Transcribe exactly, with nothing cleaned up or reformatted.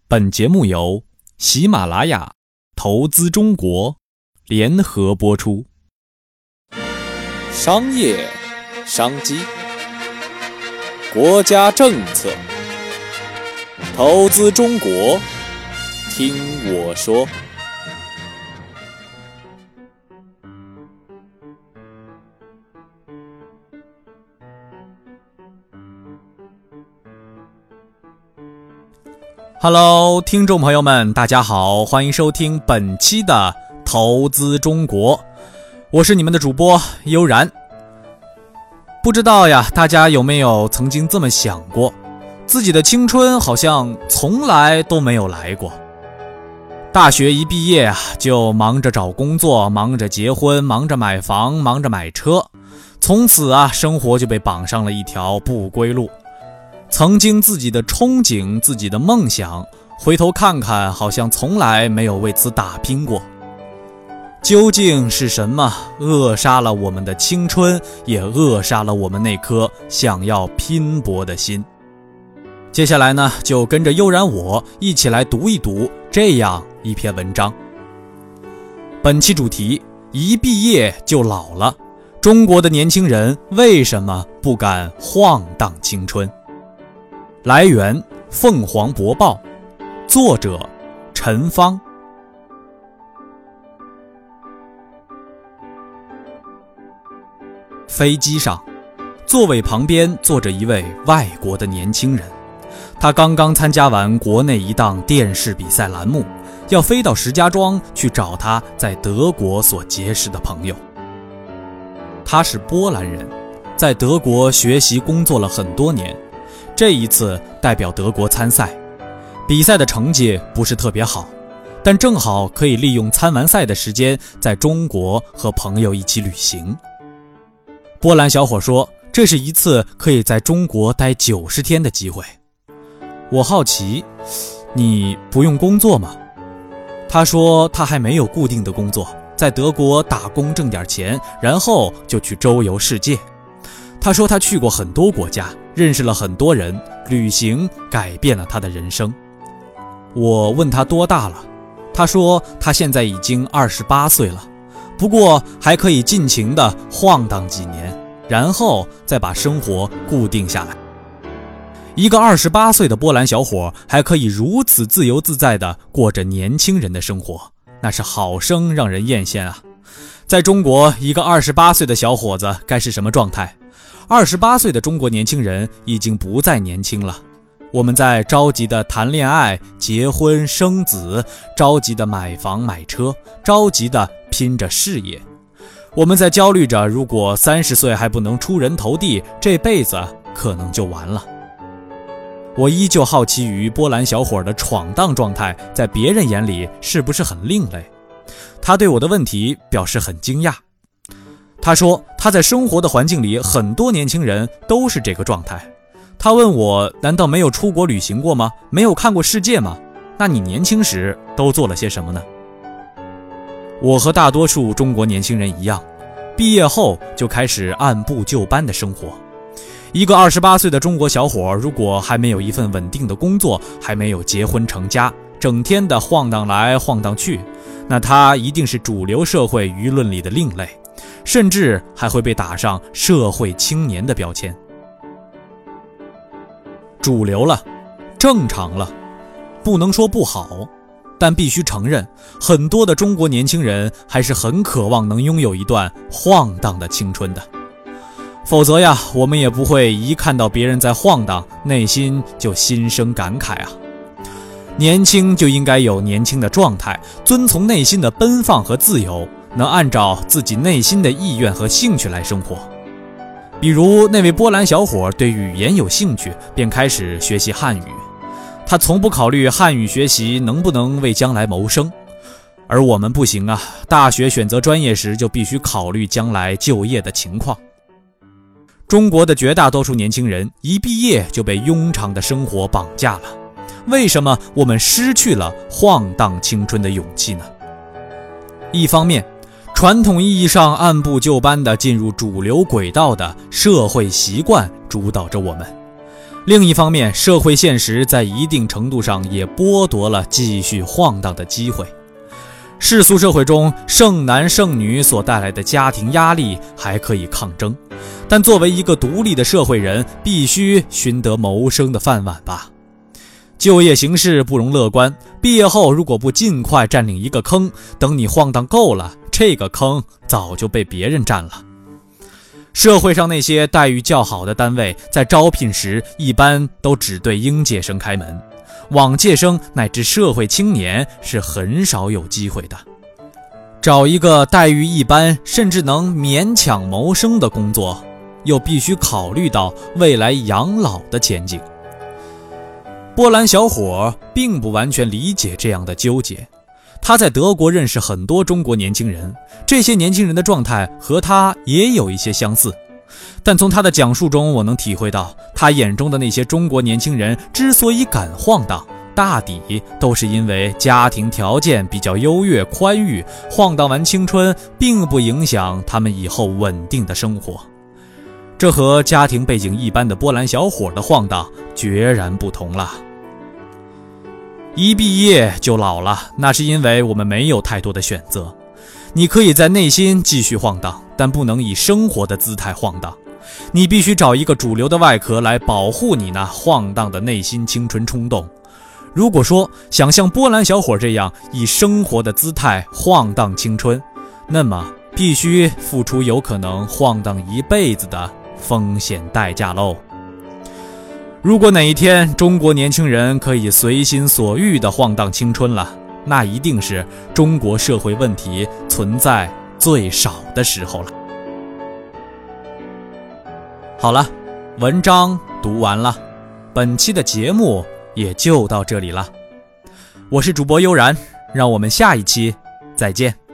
本节目由喜马拉雅、投资中国联合播出。商业商机、国家政策，投资中国，听我说。Hello， 听众朋友们，大家好，欢迎收听本期的投资中国，我是你们的主播悠然。不知道呀，大家有没有曾经这么想过，自己的青春好像从来都没有来过。大学一毕业啊，就忙着找工作，忙着结婚，忙着买房，忙着买车，从此啊，生活就被绑上了一条不归路。曾经自己的憧憬，自己的梦想，回头看看，好像从来没有为此打拼过。究竟是什么扼杀了我们的青春，也扼杀了我们那颗想要拼搏的心？接下来呢，就跟着悠然我一起来读一读这样一篇文章。本期主题：一毕业就老了，中国的年轻人为什么不敢晃荡青春？来源：凤凰博报，作者：陈芳。飞机上，座位旁边坐着一位外国的年轻人，他刚刚参加完国内一档电视比赛栏目，要飞到石家庄去找他在德国所结识的朋友。他是波兰人，在德国学习工作了很多年，这一次代表德国参赛，比赛的成绩不是特别好，但正好可以利用参完赛的时间在中国和朋友一起旅行。波兰小伙说，这是一次可以在中国待九十天的机会。我好奇，你不用工作吗？他说他还没有固定的工作，在德国打工挣点钱，然后就去周游世界。他说他去过很多国家，认识了很多人，旅行改变了他的人生。我问他多大了，他说他现在已经二十八岁了，不过还可以尽情地晃荡几年，然后再把生活固定下来。一个二十八岁的波兰小伙还可以如此自由自在地过着年轻人的生活，那是好生让人艳羡啊！在中国，一个二十八岁的小伙子该是什么状态？二十八岁的中国年轻人已经不再年轻了，我们在着急的谈恋爱、结婚、生子，着急的买房买车，着急的拼着事业。我们在焦虑着，如果三十岁还不能出人头地，这辈子可能就完了。我依旧好奇于波兰小伙的闯荡状态，在别人眼里是不是很另类？他对我的问题表示很惊讶。他说他在生活的环境里，很多年轻人都是这个状态。他问我，难道没有出国旅行过吗？没有看过世界吗？那你年轻时都做了些什么呢？我和大多数中国年轻人一样，毕业后就开始按部就班的生活。一个二十八岁的中国小伙，如果还没有一份稳定的工作，还没有结婚成家，整天的晃荡来晃荡去，那他一定是主流社会舆论里的另类，甚至还会被打上社会青年的标签。主流了，正常了，不能说不好，但必须承认，很多的中国年轻人还是很渴望能拥有一段晃荡的青春的。否则呀，我们也不会一看到别人在晃荡，内心就心生感慨啊。年轻就应该有年轻的状态，遵从内心的奔放和自由，能按照自己内心的意愿和兴趣来生活。比如那位波兰小伙对语言有兴趣，便开始学习汉语。他从不考虑汉语学习能不能为将来谋生，而我们不行啊，大学选择专业时就必须考虑将来就业的情况。中国的绝大多数年轻人一毕业就被庸常的生活绑架了，为什么我们失去了晃荡青春的勇气呢？一方面，传统意义上按部就班地进入主流轨道的社会习惯主导着我们； 另一方面，社会现实在一定程度上也剥夺了继续晃荡的机会。世俗社会中，剩男剩女所带来的家庭压力还可以抗争，但作为一个独立的社会人，必须寻得谋生的饭碗吧。就业形势不容乐观，毕业后如果不尽快占领一个坑，等你晃荡够了，这个坑早就被别人占了。社会上那些待遇较好的单位，在招聘时一般都只对应届生开门，往届生乃至社会青年是很少有机会的。找一个待遇一般甚至能勉强谋生的工作，又必须考虑到未来养老的前景。波兰小伙并不完全理解这样的纠结，他在德国认识很多中国年轻人，这些年轻人的状态和他也有一些相似，但从他的讲述中，我能体会到他眼中的那些中国年轻人之所以敢晃荡，大抵都是因为家庭条件比较优越宽裕，晃荡完青春并不影响他们以后稳定的生活。这和家庭背景一般的波兰小伙的晃荡决然不同了。一毕业就老了，那是因为我们没有太多的选择。你可以在内心继续晃荡，但不能以生活的姿态晃荡。你必须找一个主流的外壳来保护你那晃荡的内心青春冲动。如果说想像波兰小伙这样以生活的姿态晃荡青春，那么必须付出有可能晃荡一辈子的风险代价喽。如果哪一天中国年轻人可以随心所欲地晃荡青春了，那一定是中国社会问题存在最少的时候了。好了，文章读完了，本期的节目也就到这里了。我是主播悠然，让我们下一期再见。